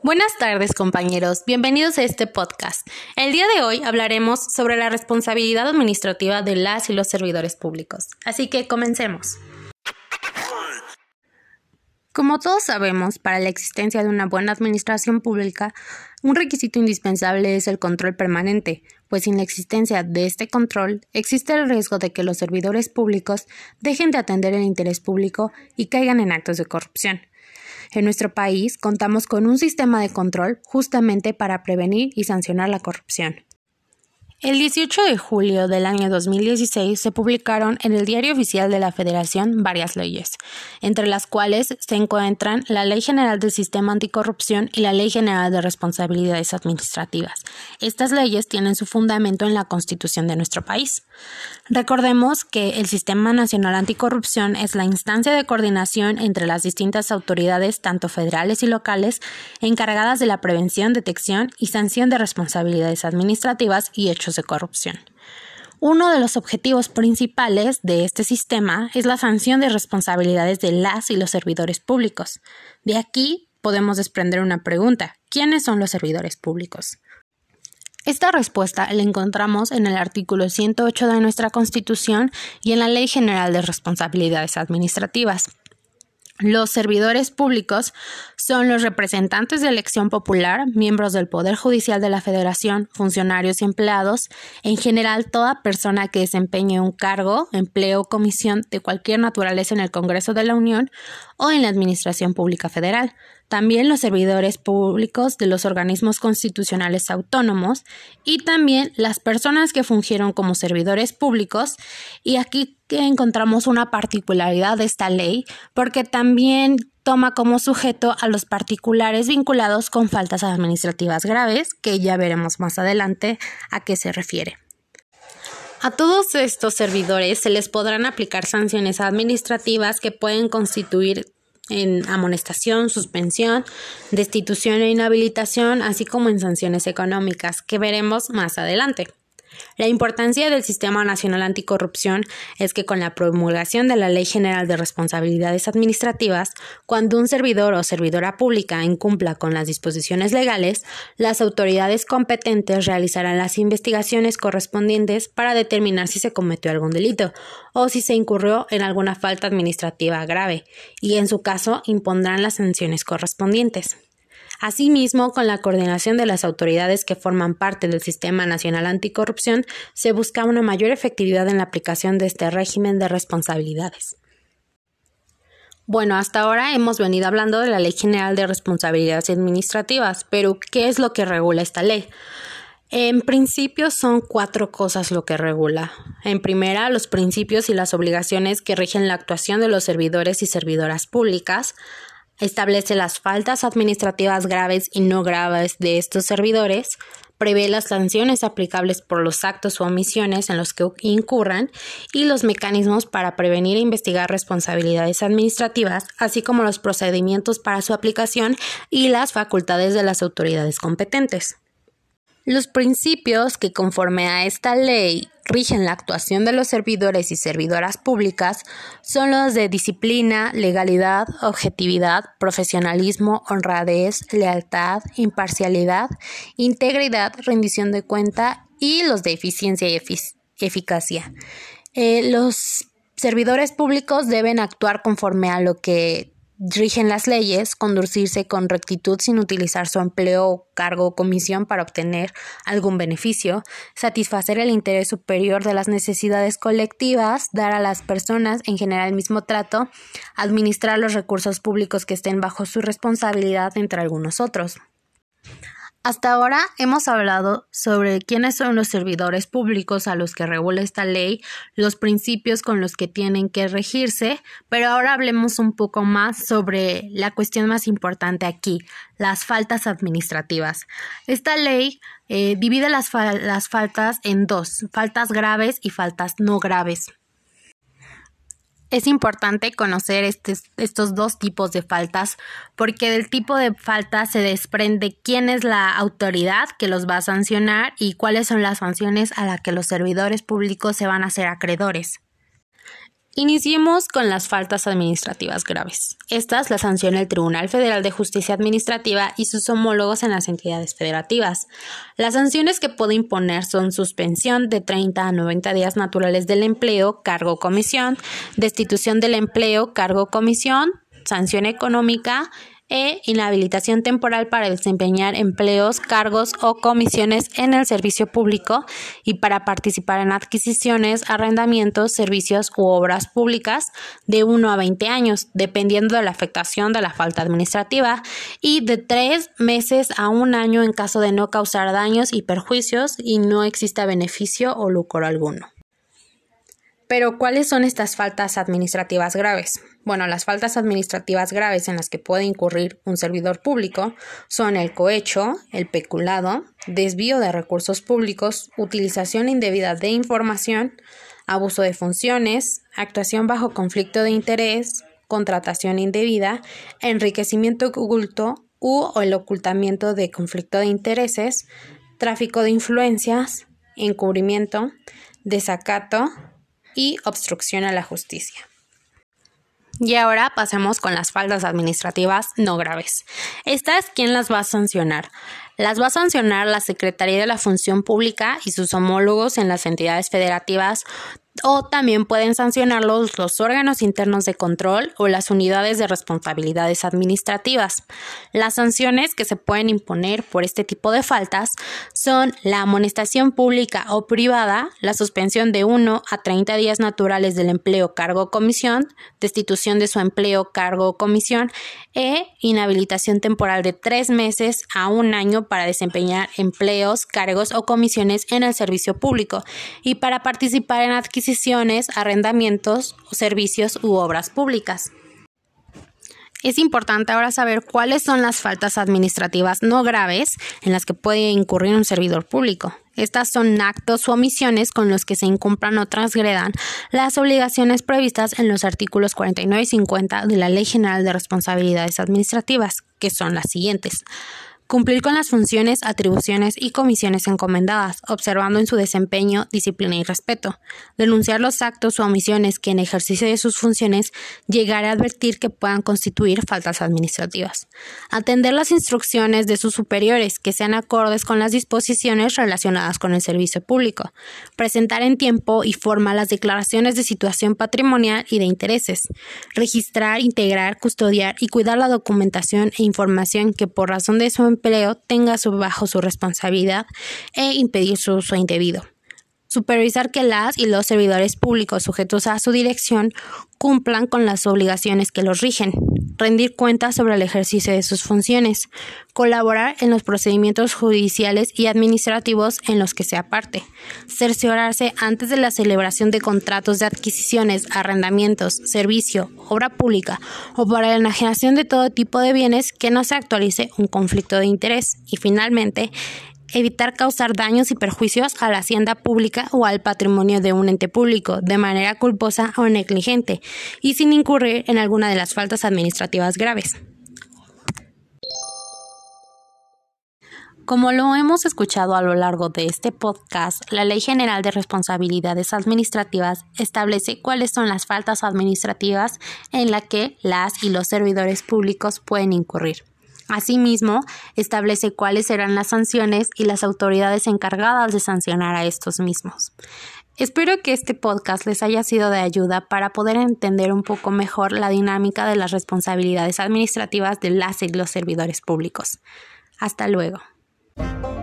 Buenas tardes, compañeros. Bienvenidos a este podcast. El día de hoy hablaremos sobre la responsabilidad administrativa de las y los servidores públicos. Así que comencemos. Como todos sabemos, para la existencia de una buena administración pública, un requisito indispensable es el control permanente, pues sin la existencia de este control, existe el riesgo de que los servidores públicos dejen de atender el interés público y caigan en actos de corrupción. En nuestro país contamos con un sistema de control justamente para prevenir y sancionar la corrupción. El 18 de julio del año 2016 se publicaron en el Diario Oficial de la Federación varias leyes, entre las cuales se encuentran la Ley General del Sistema Anticorrupción y la Ley General de Responsabilidades Administrativas. Estas leyes tienen su fundamento en la Constitución de nuestro país. Recordemos que el Sistema Nacional Anticorrupción es la instancia de coordinación entre las distintas autoridades, tanto federales y locales, encargadas de la prevención, detección y sanción de responsabilidades administrativas y hechos de corrupción. Uno de los objetivos principales de este sistema es la sanción de responsabilidades de las y los servidores públicos. De aquí podemos desprender una pregunta: ¿quiénes son los servidores públicos? Esta respuesta la encontramos en el artículo 108 de nuestra Constitución y en la Ley General de Responsabilidades Administrativas. Los servidores públicos son los representantes de elección popular, miembros del Poder Judicial de la Federación, funcionarios y empleados, en general toda persona que desempeñe un cargo, empleo o comisión de cualquier naturaleza en el Congreso de la Unión o en la Administración Pública Federal. También los servidores públicos de los organismos constitucionales autónomos y también las personas que fungieron como servidores públicos. Y aquí encontramos una particularidad de esta ley porque también toma como sujeto a los particulares vinculados con faltas administrativas graves, que ya veremos más adelante a qué se refiere. A todos estos servidores se les podrán aplicar sanciones administrativas que pueden constituir en amonestación, suspensión, destitución e inhabilitación, así como en sanciones económicas, que veremos más adelante. La importancia del Sistema Nacional Anticorrupción es que con la promulgación de la Ley General de Responsabilidades Administrativas, cuando un servidor o servidora pública incumpla con las disposiciones legales, las autoridades competentes realizarán las investigaciones correspondientes para determinar si se cometió algún delito o si se incurrió en alguna falta administrativa grave y, en su caso, impondrán las sanciones correspondientes. Asimismo, con la coordinación de las autoridades que forman parte del Sistema Nacional Anticorrupción, se busca una mayor efectividad en la aplicación de este régimen de responsabilidades. Bueno, hasta ahora hemos venido hablando de la Ley General de Responsabilidades Administrativas, pero ¿qué es lo que regula esta ley? En principio son 4 cosas lo que regula. En primera, los principios y las obligaciones que rigen la actuación de los servidores y servidoras públicas. Establece las faltas administrativas graves y no graves de estos servidores, prevé las sanciones aplicables por los actos o omisiones en los que incurran y los mecanismos para prevenir e investigar responsabilidades administrativas, así como los procedimientos para su aplicación y las facultades de las autoridades competentes. Los principios que, conforme a esta ley, rigen la actuación de los servidores y servidoras públicas son los de disciplina, legalidad, objetividad, profesionalismo, honradez, lealtad, imparcialidad, integridad, rendición de cuenta y los de eficiencia y eficacia. Los servidores públicos deben actuar conforme a lo que rigen las leyes, conducirse con rectitud sin utilizar su empleo, cargo o comisión para obtener algún beneficio, satisfacer el interés superior de las necesidades colectivas, dar a las personas en general el mismo trato, administrar los recursos públicos que estén bajo su responsabilidad, entre algunos otros. Hasta ahora hemos hablado sobre quiénes son los servidores públicos a los que regula esta ley, los principios con los que tienen que regirse, pero ahora hablemos un poco más sobre la cuestión más importante aquí, las faltas administrativas. Esta ley divide las faltas en 2, faltas graves y faltas no graves. Es importante conocer estos 2 tipos de faltas porque del tipo de falta se desprende quién es la autoridad que los va a sancionar y cuáles son las sanciones a las que los servidores públicos se van a hacer acreedores. Iniciemos con las faltas administrativas graves. Estas las sanciona el Tribunal Federal de Justicia Administrativa y sus homólogos en las entidades federativas. Las sanciones que puede imponer son suspensión de 30 a 90 días naturales del empleo, cargo o comisión, destitución del empleo, cargo o comisión, sanción económica e inhabilitación temporal para desempeñar empleos, cargos o comisiones en el servicio público y para participar en adquisiciones, arrendamientos, servicios u obras públicas de 1 a 20 años, dependiendo de la afectación de la falta administrativa, y de 3 meses a 1 año en caso de no causar daños y perjuicios y no exista beneficio o lucro alguno. Pero, ¿cuáles son estas faltas administrativas graves? Bueno, las faltas administrativas graves en las que puede incurrir un servidor público son el cohecho, el peculado, desvío de recursos públicos, utilización indebida de información, abuso de funciones, actuación bajo conflicto de interés, contratación indebida, enriquecimiento oculto o el ocultamiento de conflicto de intereses, tráfico de influencias, encubrimiento, desacato y obstrucción a la justicia. Y ahora pasemos con las faltas administrativas no graves. ¿Estas quién las va a sancionar? Las va a sancionar la Secretaría de la Función Pública y sus homólogos en las entidades federativas, o también pueden sancionarlos los órganos internos de control o las unidades de responsabilidades administrativas. Las sanciones que se pueden imponer por este tipo de faltas son la amonestación pública o privada, la suspensión de 1 a 30 días naturales del empleo, cargo o comisión, destitución de su empleo, cargo o comisión e inhabilitación temporal de 3 meses a 1 año para desempeñar empleos, cargos o comisiones en el servicio público y para participar en adquisiciones, arrendamientos, servicios u obras públicas. Es importante ahora saber cuáles son las faltas administrativas no graves en las que puede incurrir un servidor público. Estas son actos u omisiones con los que se incumplan o transgredan las obligaciones previstas en los artículos 49 y 50 de la Ley General de Responsabilidades Administrativas, que son las siguientes. Cumplir con las funciones, atribuciones y comisiones encomendadas, observando en su desempeño disciplina y respeto. Denunciar los actos o omisiones que en ejercicio de sus funciones llegar a advertir que puedan constituir faltas administrativas. Atender las instrucciones de sus superiores que sean acordes con las disposiciones relacionadas con el servicio público. Presentar en tiempo y forma las declaraciones de situación patrimonial y de intereses. Registrar, integrar, custodiar y cuidar la documentación e información que por razón de su empleo tenga bajo su responsabilidad e impedir su uso indebido. Supervisar que las y los servidores públicos sujetos a su dirección cumplan con las obligaciones que los rigen. Rendir cuentas sobre el ejercicio de sus funciones. Colaborar en los procedimientos judiciales y administrativos en los que sea parte. Cerciorarse antes de la celebración de contratos de adquisiciones, arrendamientos, servicio, obra pública o para la enajenación de todo tipo de bienes que no se actualice un conflicto de interés. Y finalmente, evitar causar daños y perjuicios a la hacienda pública o al patrimonio de un ente público de manera culposa o negligente y sin incurrir en alguna de las faltas administrativas graves. Como lo hemos escuchado a lo largo de este podcast, la Ley General de Responsabilidades Administrativas establece cuáles son las faltas administrativas en las que las y los servidores públicos pueden incurrir. Asimismo, establece cuáles serán las sanciones y las autoridades encargadas de sancionar a estos mismos. Espero que este podcast les haya sido de ayuda para poder entender un poco mejor la dinámica de las responsabilidades administrativas de las y los servidores públicos. Hasta luego.